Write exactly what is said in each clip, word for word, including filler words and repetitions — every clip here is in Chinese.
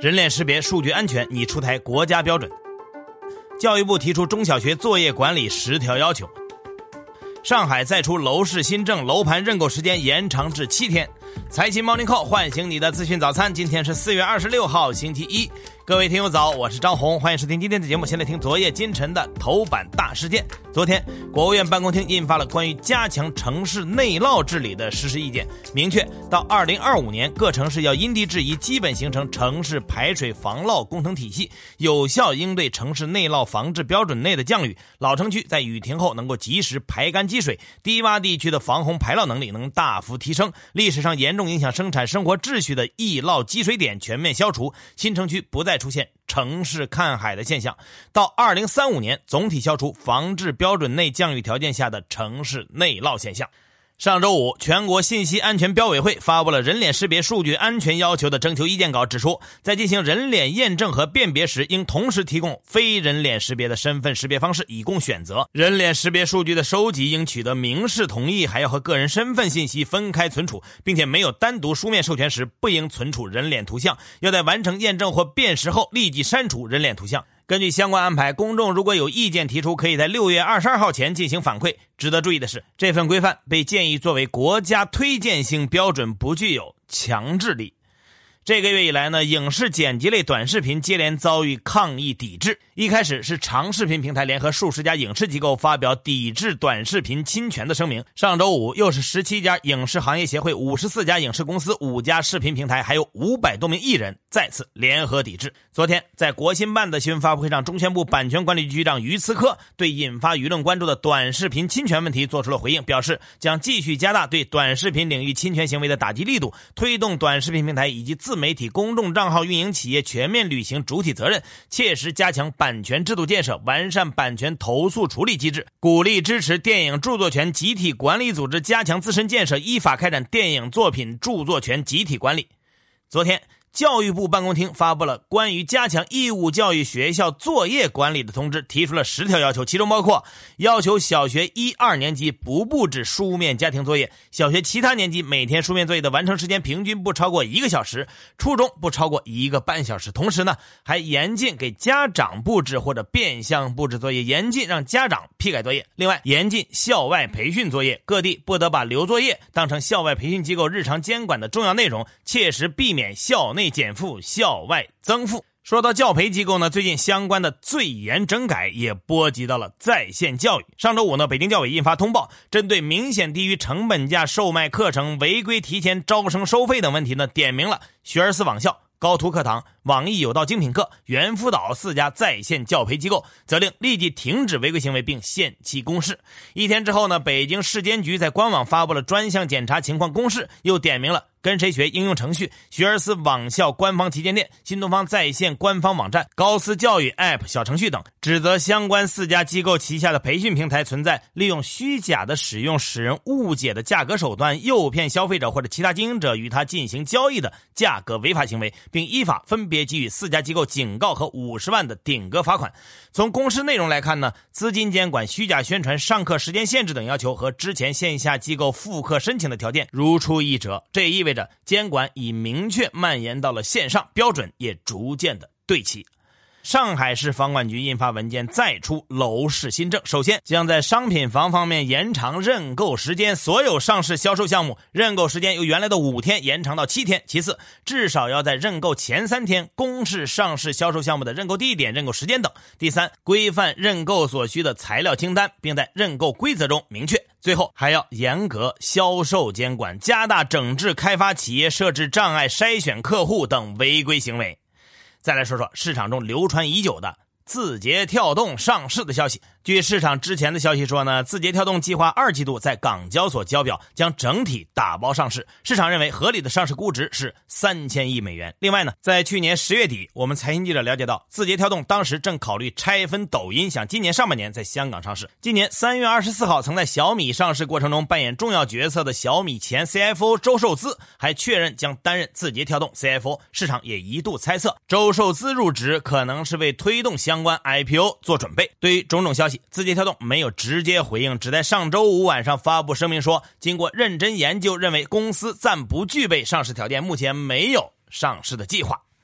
人脸识别数据安全拟出台国家标准。教育部提出中小学作业管理十条要求。上海再出楼市新政，楼盘认购时间延长至七天。财经 Morning Call 唤醒你的资讯早餐，今天是四月二十六号星期一，各位听友早，我是张红，欢迎收听今天的节目。先来听昨夜今晨的头版大事件。昨天国务院办公厅印发了关于加强城市内涝治理的实施意见，明确到二零二五年各城市要因地制宜，基本形成城市排水防涝工程体系，有效应对城市内涝防治标准内的降雨。老城区在雨停后能够及时排干积水，低洼地区的防洪排涝能力能大幅提升，历史上严重影响生产生活秩序的易涝积水点全面消除，新城区不再出现城市看海的现象。到二零三五年总体消除防治标准内降雨条件下的城市内涝现象。上周五，全国信息安全标委会发布了人脸识别数据安全要求的征求意见稿，指出在进行人脸验证和辨别时，应同时提供非人脸识别的身份识别方式以供选择。人脸识别数据的收集应取得明示同意，还要和个人身份信息分开存储，并且没有单独书面授权时不应存储人脸图像，要在完成验证或辨识后立即删除人脸图像。根据相关安排，公众如果有意见提出，可以在六月二十二号前进行反馈。值得注意的是，这份规范被建议作为国家推荐性标准，不具有强制力。这个月以来呢，影视剪辑类短视频接连遭遇抗议抵制。一开始是长视频平台联合数十家影视机构发表抵制短视频侵权的声明。上周五又是十七家影视行业协会、五十四家影视公司、五家视频平台，还有五百多名艺人再次联合抵制。昨天在国新办的新闻发布会上，中宣部版权管理局局长于慈科对引发舆论关注的短视频侵权问题做出了回应，表示将继续加大对短视频领域侵权行为的打击力度，推动短视频平台以及自媒体公众账号运营企业全面履行主体责任，切实加强版权制度建设，完善版权投诉处理机制，鼓励支持电影著作权集体管理组织加强自身建设，依法开展电影作品著作权集体管理。昨天教育部办公厅发布了关于加强义务教育学校作业管理的通知，提出了十条要求，其中包括要求小学一二年级不布置书面家庭作业，小学其他年级每天书面作业的完成时间平均不超过一个小时，初中不超过一个半小时。同时呢，还严禁给家长布置或者变相布置作业，严禁让家长批改作业。另外，严禁校外培训作业，各地不得把留作业当成校外培训机构日常监管的重要内容，切实避免校内减负、校外增负。说到教培机构呢，最近相关的最严整改也波及到了在线教育。上周五呢，北京教委印发通报，针对明显低于成本价售卖课程、违规提前招生收费等问题呢，点名了学而思网校、高途课堂、网易有道精品课、猿辅导四家在线教培机构，责令立即停止违规行为并限期公示。一天之后呢，北京市监局在官网发布了专项检查情况公示，又点名了跟谁学应用程序、学而思网校官方旗舰店、新东方在线官方网站、高思教育 App 小程序等，指责相关四家机构旗下的培训平台存在利用虚假的使用使人误解的价格手段，诱骗消费者或者其他经营者与他进行交易的价格违法行为，并依法分别给予四家机构警告和五十万的顶格罚款。从公示内容来看呢，资金监管、虚假宣传、上课时间限制等要求和之前线下机构复课申请的条件如出一辙，这也意味着监管已明确蔓延到了线上，标准也逐渐的对齐。上海市房管局印发文件再出楼市新政，首先将在商品房方面延长认购时间，所有上市销售项目认购时间由原来的五天延长到七天。其次，至少要在认购前三天公示上市销售项目的认购地点、认购时间等。第三，规范认购所需的材料清单，并在认购规则中明确。最后还要严格销售监管，加大整治开发企业设置障碍、筛选客户等违规行为。再来说说市场中流传已久的字节跳动上市的消息。据市场之前的消息说呢，字节跳动计划二季度在港交所交表，将整体打包上市。市场认为合理的上市估值是三千亿美元。另外呢，在去年十月底，我们财经记者了解到，字节跳动当时正考虑拆分抖音，想今年上半年在香港上市。今年三月二十四号，曾在小米上市过程中扮演重要角色的小米前 C F O 周受资还确认将担任字节跳动 C F O。市场也一度猜测，周受资入职可能是为推动相关 I P O 做准备。对于种种消息，字节跳动没有直接回应，只在上周五晚上发布声明说，经过认真研究，认为公司暂不具备上市条件，目前没有上市的计划。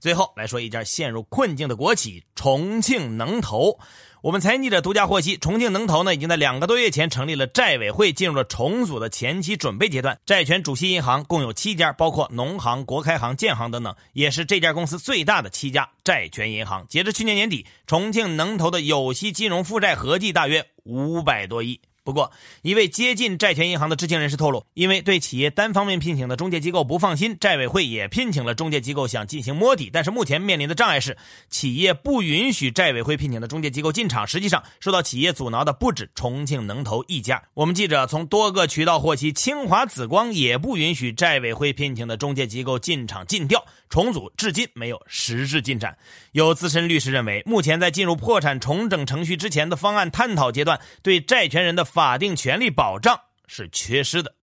最后来说一家陷入困境的国企重庆能投。我们财经记者独家获悉，重庆能投呢已经在两个多月前成立了债委会，进入了重组的前期准备阶段。债权主系银行共有七家，包括农行、国开行、建行等等，也是这家公司最大的七家债权银行。截至去年年底，重庆能投的有息金融负债合计大约五百多亿。不过，一位接近债权银行的知情人士透露，因为对企业单方面聘请的中介机构不放心，债委会也聘请了中介机构想进行摸底，但是目前面临的障碍是企业不允许债委会聘请的中介机构进场。实际上，受到企业阻挠的不止重庆能投一家。我们记者从多个渠道获悉，清华紫光也不允许债委会聘请的中介机构进场尽调，重组至今没有实质进展。有资深律师认为，目前在进入破产重整程序之前的方案探讨阶段，对债权人的法定权利保障是缺失的。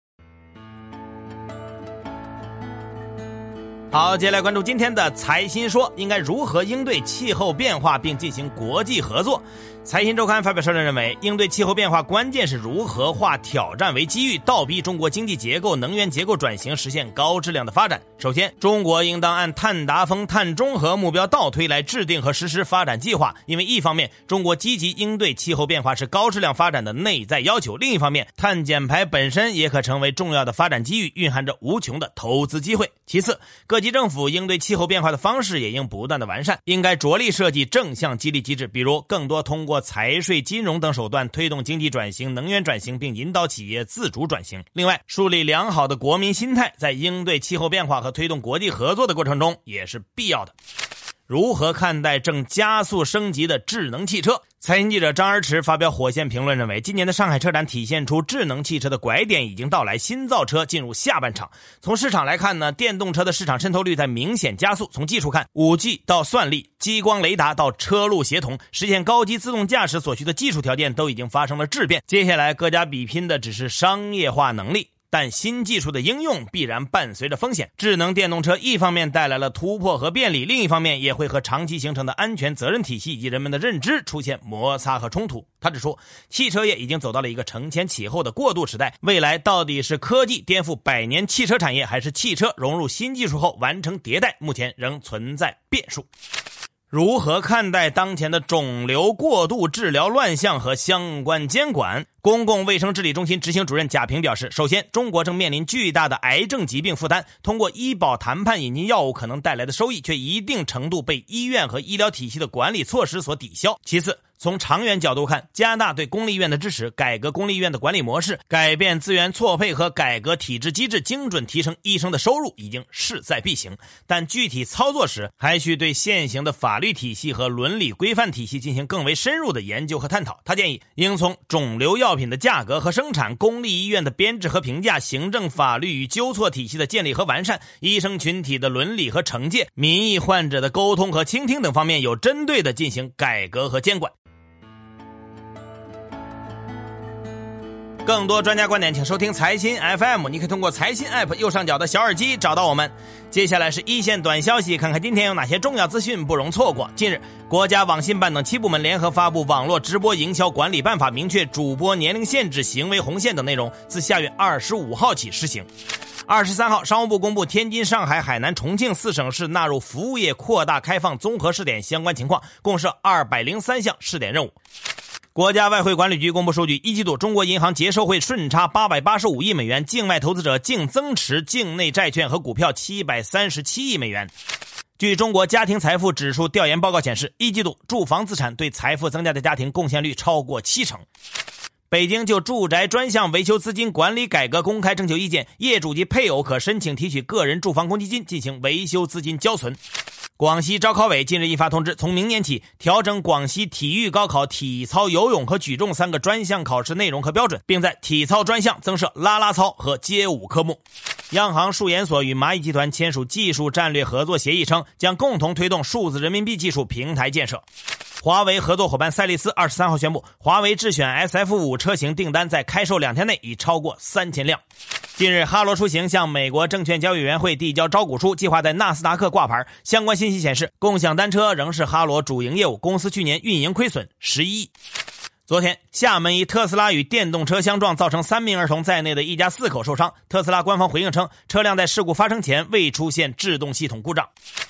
好，接下来关注今天的财新说，应该如何应对气候变化并进行国际合作。财新周刊发表社论认为，应对气候变化关键是如何化挑战为机遇，倒逼中国经济结构、能源结构转型，实现高质量的发展。首先，中国应当按碳达峰、碳中和目标倒推来制定和实施发展计划，因为一方面，中国积极应对气候变化是高质量发展的内在要求；另一方面，碳减排本身也可成为重要的发展机遇，蕴含着无穷的投资机会。其次，各级政府应对气候变化的方式也应不断的完善，应该着力设计正向激励机制，比如更多通过财税、金融等手段推动经济转型、能源转型，并引导企业自主转型。另外，树立良好的国民心态，在应对气候变化和推动国际合作的过程中也是必要的。如何看待正加速升级的智能汽车？财经记者张而驰发表火线评论认为，今年的上海车展体现出智能汽车的拐点已经到来，新造车进入下半场。从市场来看呢，电动车的市场渗透率在明显加速。从技术看， 五 G 到算力、激光雷达到车路协同，实现高级自动驾驶所需的技术条件都已经发生了质变。接下来各家比拼的只是商业化能力。但新技术的应用必然伴随着风险，智能电动车一方面带来了突破和便利，另一方面也会和长期形成的安全责任体系以及人们的认知出现摩擦和冲突。他指出，汽车业已经走到了一个承前启后的过渡时代，未来到底是科技颠覆百年汽车产业，还是汽车融入新技术后完成迭代，目前仍存在变数。如何看待当前的肿瘤过度治疗乱象和相关监管？公共卫生治理中心执行主任贾平表示，首先，中国正面临巨大的癌症疾病负担，通过医保谈判引进药物可能带来的收益，却一定程度被医院和医疗体系的管理措施所抵消。其次，从长远角度看，加大对公立医院的支持，改革公立医院的管理模式，改变资源错配和改革体制机制，精准提升医生的收入，已经势在必行。但具体操作时，还需对现行的法律体系和伦理规范体系进行更为深入的研究和探讨。他建议，应从肿瘤药品的价格和生产、公立医院的编制和评价、行政法律与纠错体系的建立和完善、医生群体的伦理和惩戒、民意患者的沟通和倾听等方面有针对的进行改革和监管。更多专家观点请收听财新 F M， 你可以通过财新 App 右上角的小耳机找到我们。接下来是一线短消息，看看今天有哪些重要资讯不容错过。近日，国家网信办等七部门联合发布《网络直播营销管理办法》，明确主播年龄限制、行为红线等内容，自下月二十五号起施行。二十三号，商务部公布天津、上海、海南、重庆四省市纳入服务业扩大开放综合试点相关情况，共设二百零三项试点任务。国家外汇管理局公布数据，一季度中国银行结售汇顺差八百八十五亿美元，境外投资者净增持境内债券和股票七百三十七亿美元。据中国家庭财富指数调研报告显示，一季度住房资产对财富增加的家庭贡献率超过七成。北京就住宅专项维修资金管理改革公开征求意见，业主及配偶可申请提取个人住房公积金进行维修资金交存。广西招考委近日印发通知，从明年起调整广西体育高考体操、游泳和举重三个专项考试内容和标准，并在体操专项增设啦啦操和街舞科目。央行数研所与蚂蚁集团签署技术战略合作协议，称将共同推动数字人民币技术平台建设。华为合作伙伴赛力斯二十三号宣布，华为智选 S F 五 车型订单在开售两天内已超过三千辆。近日，哈罗出行向美国证券交易委员会递交招股书，计划在纳斯达克挂牌。相关信息显示，共享单车仍是哈罗主营业务，公司去年运营亏损十一亿。昨天，厦门一特斯拉与电动车相撞，造成三名儿童在内的一家四口受伤。特斯拉官方回应称，车辆在事故发生前未出现制动系统故障。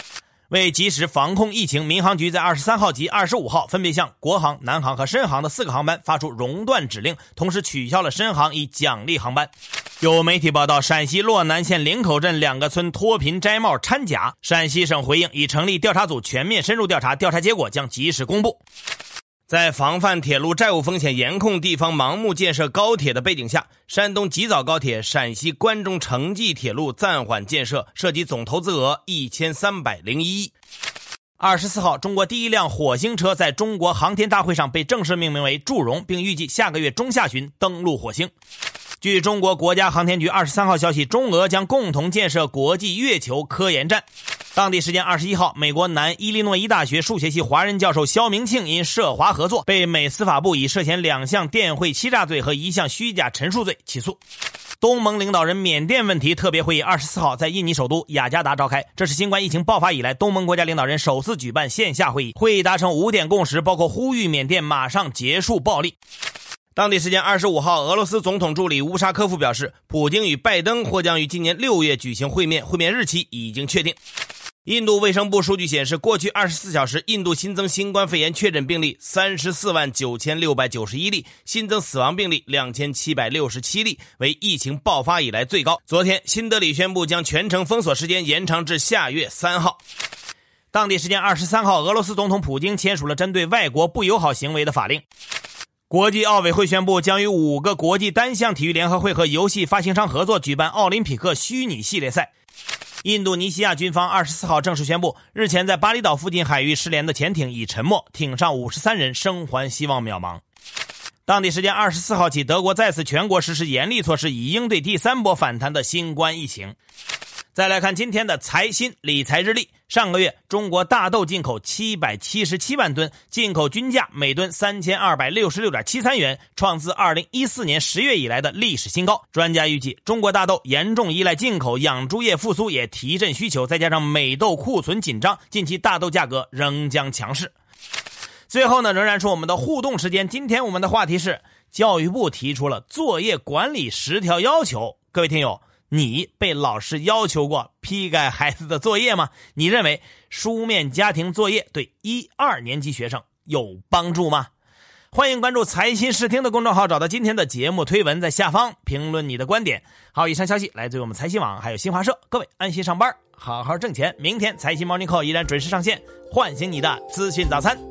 为及时防控疫情，民航局在二十三号及二十五号分别向国航、南航和深航的四个航班发出熔断指令，同时取消了深航以奖励航班。有媒体报道，陕西洛南县林口镇两个村脱贫摘帽掺假，陕西省回应已成立调查组全面深入调查，调查结果将及时公布。在防范铁路债务风险、严控地方盲目建设高铁的背景下，山东吉枣高铁陕西关中城际铁路暂缓建设，涉及总投资额一千三百零一亿。二十四号，中国第一辆火星车在中国航天大会上被正式命名为祝融，并预计下个月中下旬登陆火星。据中国国家航天局二十三号消息，中俄将共同建设国际月球科研站。当地时间二十一号，美国南伊利诺伊大学数学系华人教授肖明庆因涉华合作，被美司法部以涉嫌两项电汇欺诈罪和一项虚假陈述罪起诉。东盟领导人缅甸问题特别会议二十四号在印尼首都雅加达召开，这是新冠疫情爆发以来东盟国家领导人首次举办线下会议。会议达成五点共识，包括呼吁缅甸马上结束暴力。当地时间二十五号，俄罗斯总统助理乌沙科夫表示，普京与拜登或将于今年六月举行会面，会面日期已经确定。印度卫生部数据显示，过去二十四小时，印度新增新冠肺炎确诊病例三十四万九千六百九十一例，新增死亡病例两千七百六十七例，为疫情爆发以来最高。昨天，新德里宣布将全城封锁时间延长至下月三号。当地时间二十三号，俄罗斯总统普京签署了针对外国不友好行为的法令。国际奥委会宣布将与五个国际单项体育联合会和游戏发行商合作举办奥林匹克虚拟系列赛。印度尼西亚军方二十四号正式宣布，日前在巴厘岛附近海域失联的潜艇已沉没，艇上五十三人生还希望渺茫。当地时间二十四号起，德国再次全国实施严厉措施，以应对第三波反弹的新冠疫情。再来看今天的财新理财日历。上个月，中国大豆进口七百七十七万吨，进口均价每吨三千二百六十六点七三元，创自二零一四年十月以来的历史新高。专家预计，中国大豆严重依赖进口，养猪业复苏也提振需求，再加上美豆库存紧张，近期大豆价格仍将强势。最后呢，仍然是我们的互动时间。今天我们的话题是，教育部提出了作业管理十条要求。各位听友，你被老师要求过批改孩子的作业吗？你认为书面家庭作业对一二年级学生有帮助吗？欢迎关注财新视听的公众号，找到今天的节目推文，在下方评论你的观点。好，以上消息来自于我们财新网还有新华社，各位安心上班，好好挣钱。明天财新 Morning Call 依然准时上线，唤醒你的资讯早餐。